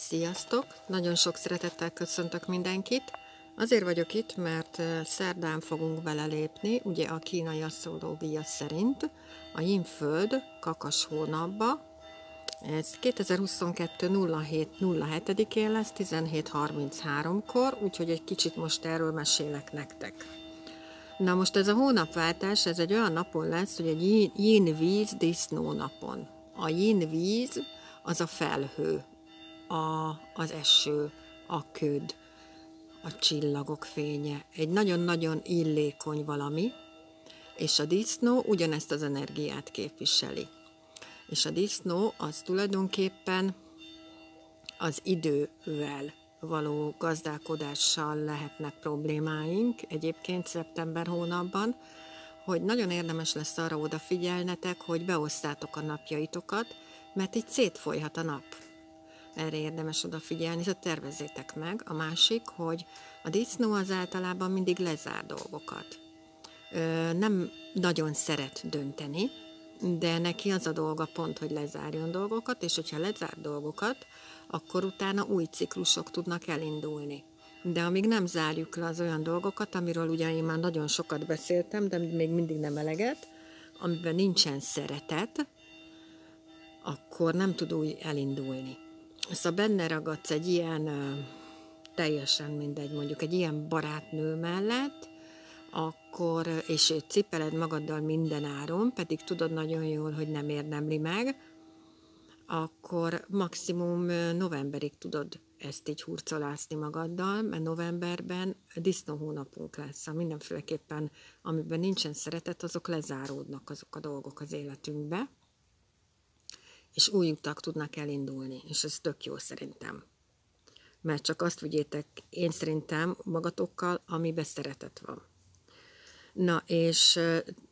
Sziasztok! Nagyon sok szeretettel köszöntök mindenkit. Azért vagyok itt, mert szerdán fogunk belelépni, ugye a kínai asztrológia szerint a Yin-föld kakas hónapba. Ez 2022. 07.07-én lesz, 17.33-kor, úgyhogy egy kicsit most erről mesélek nektek. Na most ez a hónapváltás, ez egy olyan napon lesz, hogy egy Yin-víz disznó napon. A Yin-víz az a felhő, az eső, a köd, a csillagok fénye. Egy nagyon-nagyon illékony valami, és a disznó ugyanezt az energiát képviseli. És a disznó az tulajdonképpen az idővel való gazdálkodással lehetnek problémáink, egyébként szeptember hónapban, hogy nagyon érdemes lesz arra odafigyelnetek, hogy beosztátok a napjaitokat, mert így szétfolyhat a nap. Erre érdemes odafigyelni, szóval tervezzétek meg. A másik, hogy a disznó az általában mindig lezár dolgokat. Nem nagyon szeret dönteni, de neki az a dolga pont, hogy lezárjon dolgokat, és hogyha lezár dolgokat, akkor utána új ciklusok tudnak elindulni. De amíg nem zárjuk le az olyan dolgokat, amiről ugye én már nagyon sokat beszéltem, de még mindig nem eleget, amiben nincsen szeretet, akkor nem tud új elindulni. Szóval benne ragadsz egy ilyen, teljesen mindegy, mondjuk egy ilyen barátnő mellett, akkor, és cipeled magaddal minden áron, pedig tudod nagyon jól, hogy nem érdemli meg, akkor maximum novemberig tudod ezt így hurcolászni magaddal, mert novemberben disznó hónapunk lesz. Mindenféleképpen, amiben nincsen szeretet, azok lezáródnak azok a dolgok az életünkbe, és új utak tudnak elindulni, és ez tök jó szerintem. Mert csak azt vigyétek, én szerintem magatokkal, amiben szeretet van. Na, és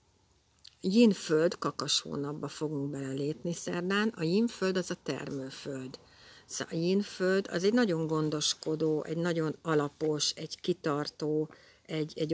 Yin-föld kakas hónapba fogunk belelépni szerdán. A Yin-föld az a termőföld. Szóval a Yin-föld az egy nagyon gondoskodó, egy nagyon alapos, egy kitartó, egy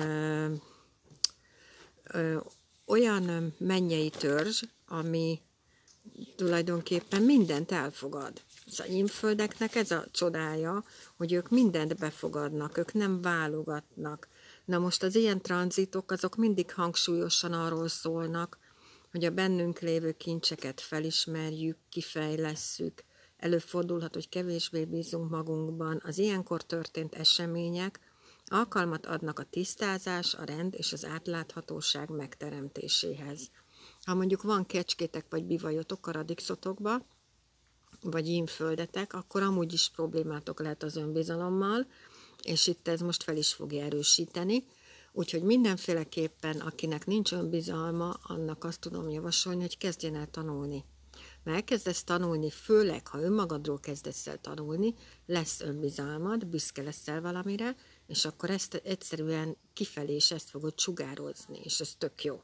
olyan mennyei törzs, ami tulajdonképpen mindent elfogad. Szóval a Yin-földeknek ez a csodája, hogy ők mindent befogadnak, ők nem válogatnak. Na most az ilyen tranzitok, azok mindig hangsúlyosan arról szólnak, hogy a bennünk lévő kincseket felismerjük, kifejlesszük, előfordulhat, hogy kevésbé bízunk magunkban. Az ilyenkor történt események alkalmat adnak a tisztázás, a rend és az átláthatóság megteremtéséhez. Ha mondjuk van kecskétek vagy bivajotok a radixotokba, vagy Yin-földetek, akkor amúgy is problémátok lehet az önbizalommal, és itt ez most fel is fogja erősíteni. Úgyhogy mindenféleképpen, akinek nincs önbizalma, annak azt tudom javasolni, hogy kezdjen el tanulni. Mert elkezdesz tanulni, főleg, ha önmagadról kezdesz el tanulni, lesz önbizalmad, büszke leszel valamire, és akkor ezt egyszerűen kifelé is ezt fogod sugározni, és ez tök jó.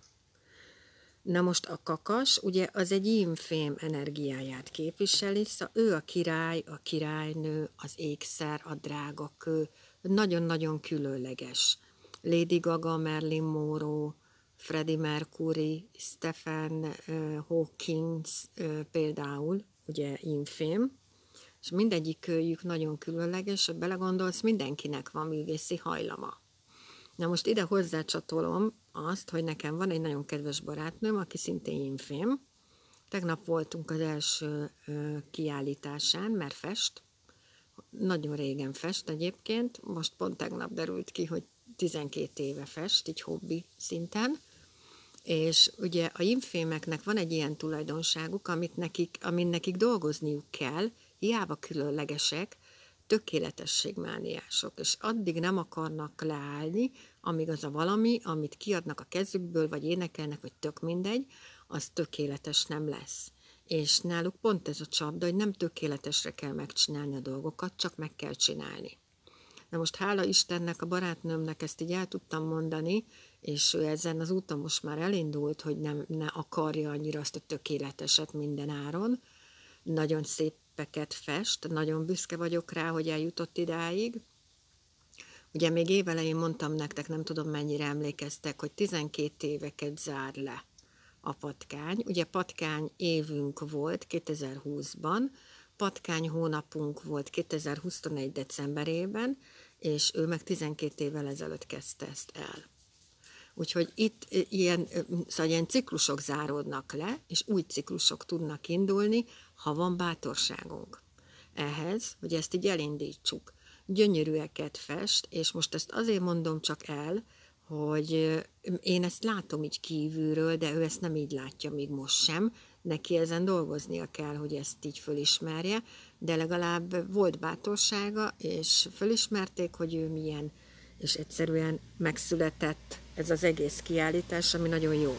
Na most a kakas, ugye az egy yin-fém energiáját képviseli, szóval ő a király, a királynő, az ékszer, a drágakő, nagyon-nagyon különleges. Lady Gaga, Marilyn Monroe, Freddie Mercury, Stephen Hawking például, ugye yin-fém, és mindegyik őjük nagyon különleges, ha belegondolsz, mindenkinek van művészi hajlama. Na most ide hozzácsatolom azt, hogy nekem van egy nagyon kedves barátnőm, aki szintén yin-fém. Tegnap voltunk az első kiállításán, mert fest. Nagyon régen fest egyébként. Most pont tegnap derült ki, hogy 12 éve fest, így hobbi szinten. És ugye a yin-fémeknek van egy ilyen tulajdonságuk, amin nekik dolgozniuk kell, hiába különlegesek, tökéletességmániások, és addig nem akarnak leállni, amíg az a valami, amit kiadnak a kezükből, vagy énekelnek, vagy tök mindegy, az tökéletes nem lesz. És náluk pont ez a csapda, hogy nem tökéletesre kell megcsinálni a dolgokat, csak meg kell csinálni. Na most hála Istennek, a barátnőmnek ezt így el tudtam mondani, és ő ezen az úton most már elindult, hogy ne akarja annyira azt a tökéleteset minden áron. Nagyon szépeket fest, nagyon büszke vagyok rá, hogy eljutott idáig. Ugye még évelején mondtam nektek, nem tudom mennyire emlékeztek, hogy 12 éveket zár le a patkány. Ugye patkány évünk volt 2020-ban, patkány hónapunk volt 2021. decemberében, és ő meg 12 évvel ezelőtt kezdte ezt el. Úgyhogy itt ilyen ciklusok záródnak le, és új ciklusok tudnak indulni, ha van bátorságunk. Ehhez, hogy ezt így elindítsuk, gyönyörűeket fest, és most ezt azért mondom csak el, hogy én ezt látom így kívülről, de ő ezt nem így látja még most sem. Neki ezen dolgoznia kell, hogy ezt így fölismerje, de legalább volt bátorsága, és fölismerték, hogy ő milyen, és egyszerűen megszületett ez az egész kiállítás, ami nagyon jó.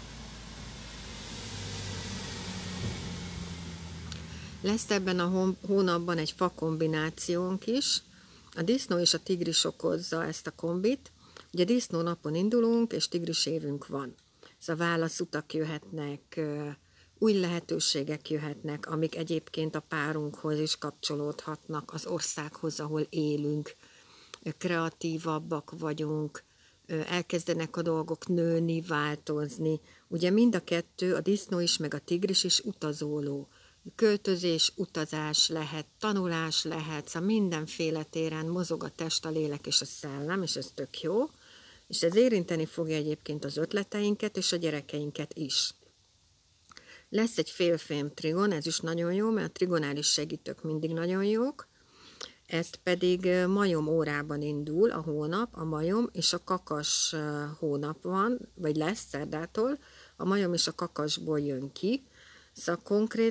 Lesz ebben a hónapban egy fakombinációnk is. A disznó és a tigris okozza ezt a kombit. Ugye disznó napon indulunk, és tigris évünk van. Szóval válaszutak jöhetnek, új lehetőségek jöhetnek, amik egyébként a párunkhoz is kapcsolódhatnak, az országhoz, ahol élünk, kreatívabbak vagyunk, elkezdenek a dolgok nőni, változni. Ugye mind a kettő, a disznó is, meg a tigris is utazóló. Költözés, utazás lehet, tanulás lehet, szóval mindenféle téren mozog a test, a lélek és a szellem, és ez tök jó. És ez érinteni fogja egyébként az ötleteinket és a gyerekeinket is. Lesz egy félfém trigon, ez is nagyon jó, mert a trigonális segítők mindig nagyon jók. Ezt pedig majom órában indul a hónap, a majom és a kakas hónap van, vagy lesz szerdától, a majom és a kakasból jön ki. Szóval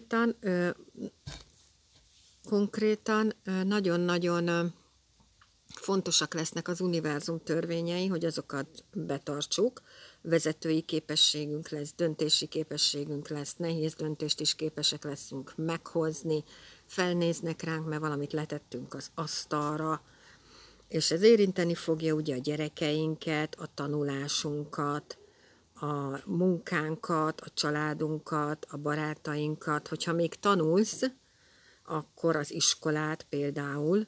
konkrétan nagyon-nagyon fontosak lesznek az univerzum törvényei, hogy azokat betartsuk. Vezetői képességünk lesz, döntési képességünk lesz, nehéz döntést is képesek leszünk meghozni, felnéznek ránk, mert valamit letettünk az asztalra, és ez érinteni fogja ugye a gyerekeinket, a tanulásunkat, a munkánkat, a családunkat, a barátainkat. Hogyha még tanulsz, akkor az iskolát például,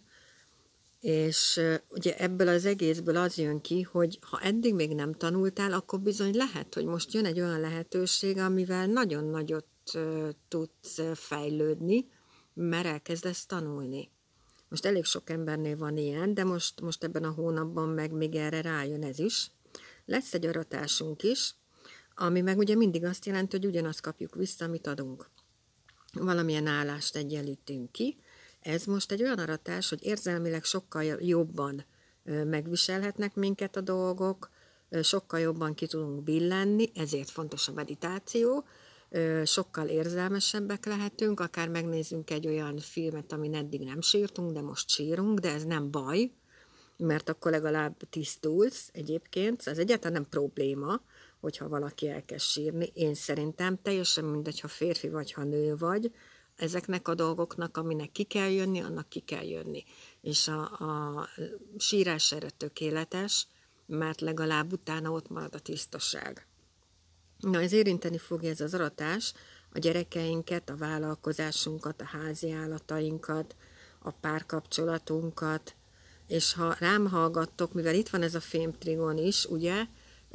és ugye ebből az egészből az jön ki, hogy ha eddig még nem tanultál, akkor bizony lehet, hogy most jön egy olyan lehetőség, amivel nagyon nagyot tudsz fejlődni, mert elkezdesz tanulni. Most elég sok embernél van ilyen, de most ebben a hónapban meg még erre rájön ez is. Lesz egy aratásunk is, ami meg ugye mindig azt jelenti, hogy ugyanazt kapjuk vissza, amit adunk. Valamilyen állást egyenlítünk ki. Ez most egy olyan aratás, hogy érzelmileg sokkal jobban megviselhetnek minket a dolgok, sokkal jobban ki tudunk billenni, ezért fontos a meditáció, sokkal érzelmesebbek lehetünk, akár megnézzünk egy olyan filmet, amin eddig nem sírtunk, de most sírunk, de ez nem baj, mert akkor legalább tisztulsz egyébként, ez egyáltalán nem probléma, hogyha valaki elkezd sírni. Én szerintem teljesen mindegy, ha férfi vagy, ha nő vagy, ezeknek a dolgoknak, aminek ki kell jönni, annak ki kell jönni. És a sírás erre tökéletes, mert legalább utána ott marad a tisztaság. Na, ez érinteni fogja ez az aratás a gyerekeinket, a vállalkozásunkat, a háziállatainkat, a párkapcsolatunkat, és ha rám hallgattok, mivel itt van ez a fémtrigon is, ugye,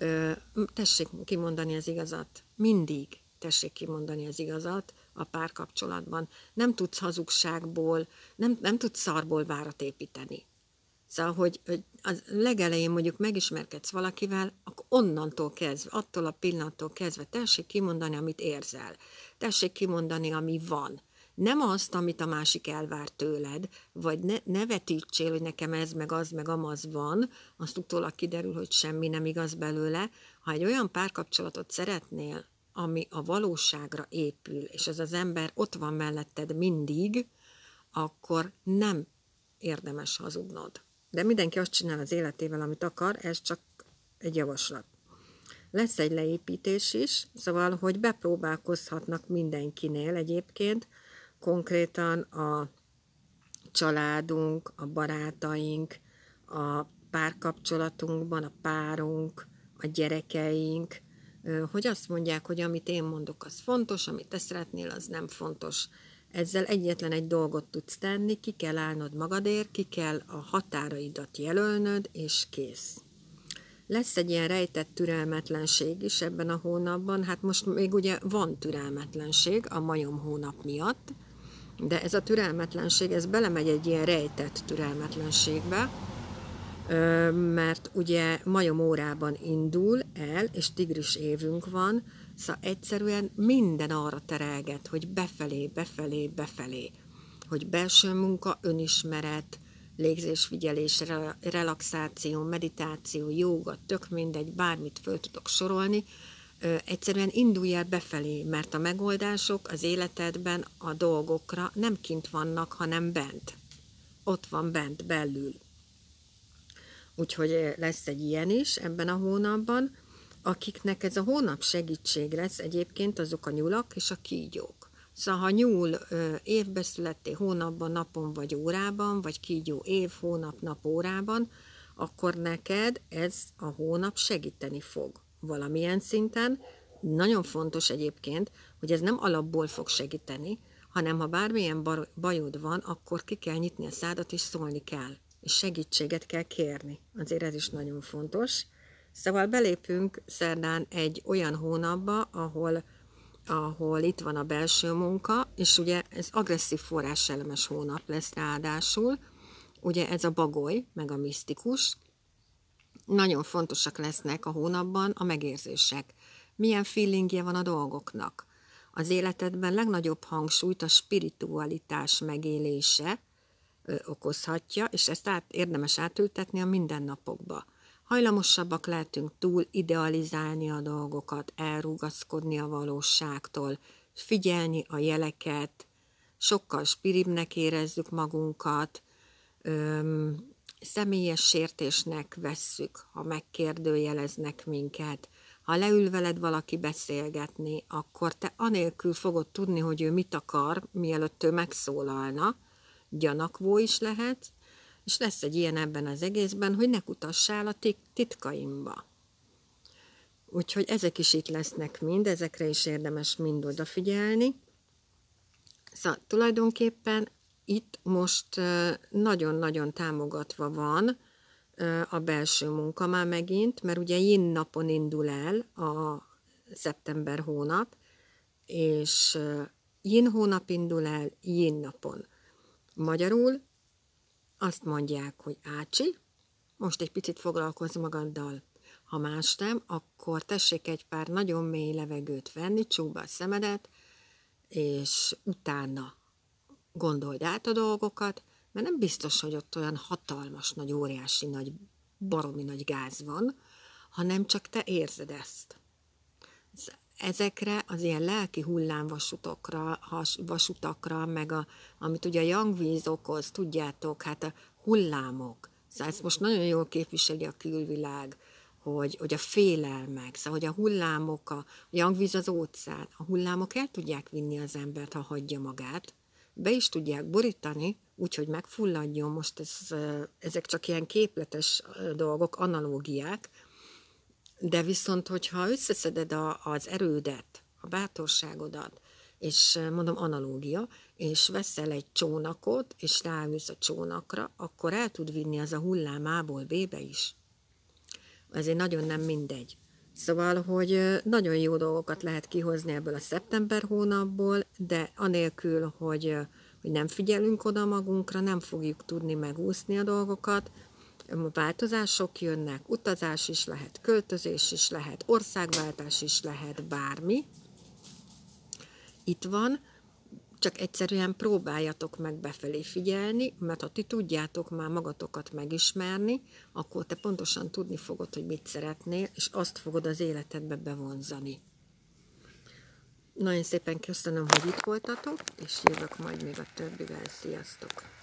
tessék kimondani az igazat. Mindig tessék kimondani az igazat a párkapcsolatban. Nem tudsz hazugságból, nem tudsz szarból várat építeni. Szóval, hogy az legelején mondjuk megismerkedsz valakivel, akkor onnantól kezdve, attól a pillanattól kezdve tessék kimondani, amit érzel. Tessék kimondani, ami van. Nem azt, amit a másik elvár tőled, vagy ne vetítsél, hogy nekem ez, meg az, meg amaz van, azt utólag kiderül, hogy semmi nem igaz belőle. Ha egy olyan párkapcsolatot szeretnél, ami a valóságra épül, és ez az ember ott van melletted mindig, akkor nem érdemes hazugnod. De mindenki azt csinál az életével, amit akar, ez csak egy javaslat. Lesz egy leépítés is, szóval, hogy bepróbálkozhatnak mindenkinél egyébként, konkrétan a családunk, a barátaink, a párkapcsolatunkban, a párunk, a gyerekeink, hogy azt mondják, hogy amit én mondok, az fontos, amit te szeretnél, az nem fontos. Ezzel egyetlen egy dolgot tudsz tenni, ki kell állnod magadért, ki kell a határaidat jelölnöd, és kész. Lesz egy ilyen rejtett türelmetlenség is ebben a hónapban, hát most még ugye van türelmetlenség a majom hónap miatt, De ez a türelmetlenség, ez belemegy egy ilyen rejtett türelmetlenségbe, mert ugye majom órában indul el, és tigris évünk van, szóval egyszerűen minden arra terelget, hogy befelé, befelé, befelé, hogy belső munka, önismeret, légzésfigyelés, relaxáció, meditáció, jóga, tök mindegy, bármit föl tudok sorolni, egyszerűen indulj el befelé, mert a megoldások az életedben a dolgokra nem kint vannak, hanem bent. Ott van bent, belül. Úgyhogy lesz egy ilyen is ebben a hónapban. Akiknek ez a hónap segítség lesz egyébként, azok a nyulak és a kígyók. Szóval ha nyúl évbe születtél, hónapban, napon vagy órában, vagy kígyó év, hónap, nap, órában, akkor neked ez a hónap segíteni fog valamilyen szinten. Nagyon fontos egyébként, hogy ez nem alapból fog segíteni, hanem ha bármilyen bajod van, akkor ki kell nyitni a szádat és szólni kell. És segítséget kell kérni. Azért ez is nagyon fontos. Szóval belépünk szerdán egy olyan hónapba, ahol itt van a belső munka, és ugye ez agresszív forrásellemes hónap lesz ráadásul. Ugye ez a bagoly, meg a misztikus. Nagyon fontosak lesznek a hónapban a megérzések. Milyen feelingje van a dolgoknak. Az életedben legnagyobb hangsúlyt a spiritualitás megélése okozhatja, és ezt érdemes átültetni a mindennapokba. Hajlamosabbak lehetünk túl idealizálni a dolgokat, elrugaszkodni a valóságtól, figyelni a jeleket, sokkal spiribbnek érezzük magunkat, személyes sértésnek vesszük, ha megkérdőjeleznek minket. Ha leül veled valaki beszélgetni, akkor te anélkül fogod tudni, hogy ő mit akar, mielőtt ő megszólalna, gyanakvó is lehet, és lesz egy ilyen ebben az egészben, hogy ne kutassál a titkaimba. Úgyhogy ezek is itt lesznek mind, ezekre is érdemes mind odafigyelni. Szóval tulajdonképpen itt most nagyon-nagyon támogatva van a belső munka már megint, mert ugye yin napon indul el a szeptember hónap, és yin hónap indul el yin napon. Magyarul azt mondják, hogy ácsi, most egy picit foglalkozz magaddal. Ha más nem, akkor tessék egy pár nagyon mély levegőt venni, csukd be a szemedet, és utána gondold át a dolgokat, mert nem biztos, hogy ott olyan hatalmas, nagy, óriási, nagy, baromi nagy gáz van, hanem csak te érzed ezt. Ezekre az ilyen lelki hullámvasutakra, meg amit ugye a jangvíz okoz, tudjátok, hát a hullámok, szóval ezt most nagyon jól képviseli a külvilág, hogy a félelmek, szóval hogy a hullámok, a jangvíz az óceán, a hullámok el tudják vinni az embert, ha hagyja magát, be is tudják borítani, úgyhogy megfulladjon, most ezek csak ilyen képletes dolgok, analógiák, de viszont, hogyha összeszeded az erődet, a bátorságodat, és mondom analógia, és veszel egy csónakot, és ráülsz a csónakra, akkor el tud vinni az a hullám A-ból B-be is. Ezért nagyon nem mindegy. Szóval, hogy nagyon jó dolgokat lehet kihozni ebből a szeptember hónapból, de anélkül, hogy nem figyelünk oda magunkra, nem fogjuk tudni megúszni a dolgokat. Változások jönnek, utazás is lehet, költözés is lehet, országváltás is lehet, bármi. Itt van, csak egyszerűen próbáljatok meg befelé figyelni, mert ha ti tudjátok már magatokat megismerni, akkor te pontosan tudni fogod, hogy mit szeretnél, és azt fogod az életedbe bevonzani. Nagyon szépen köszönöm, hogy itt voltatok, és jövök majd még a többivel. Sziasztok!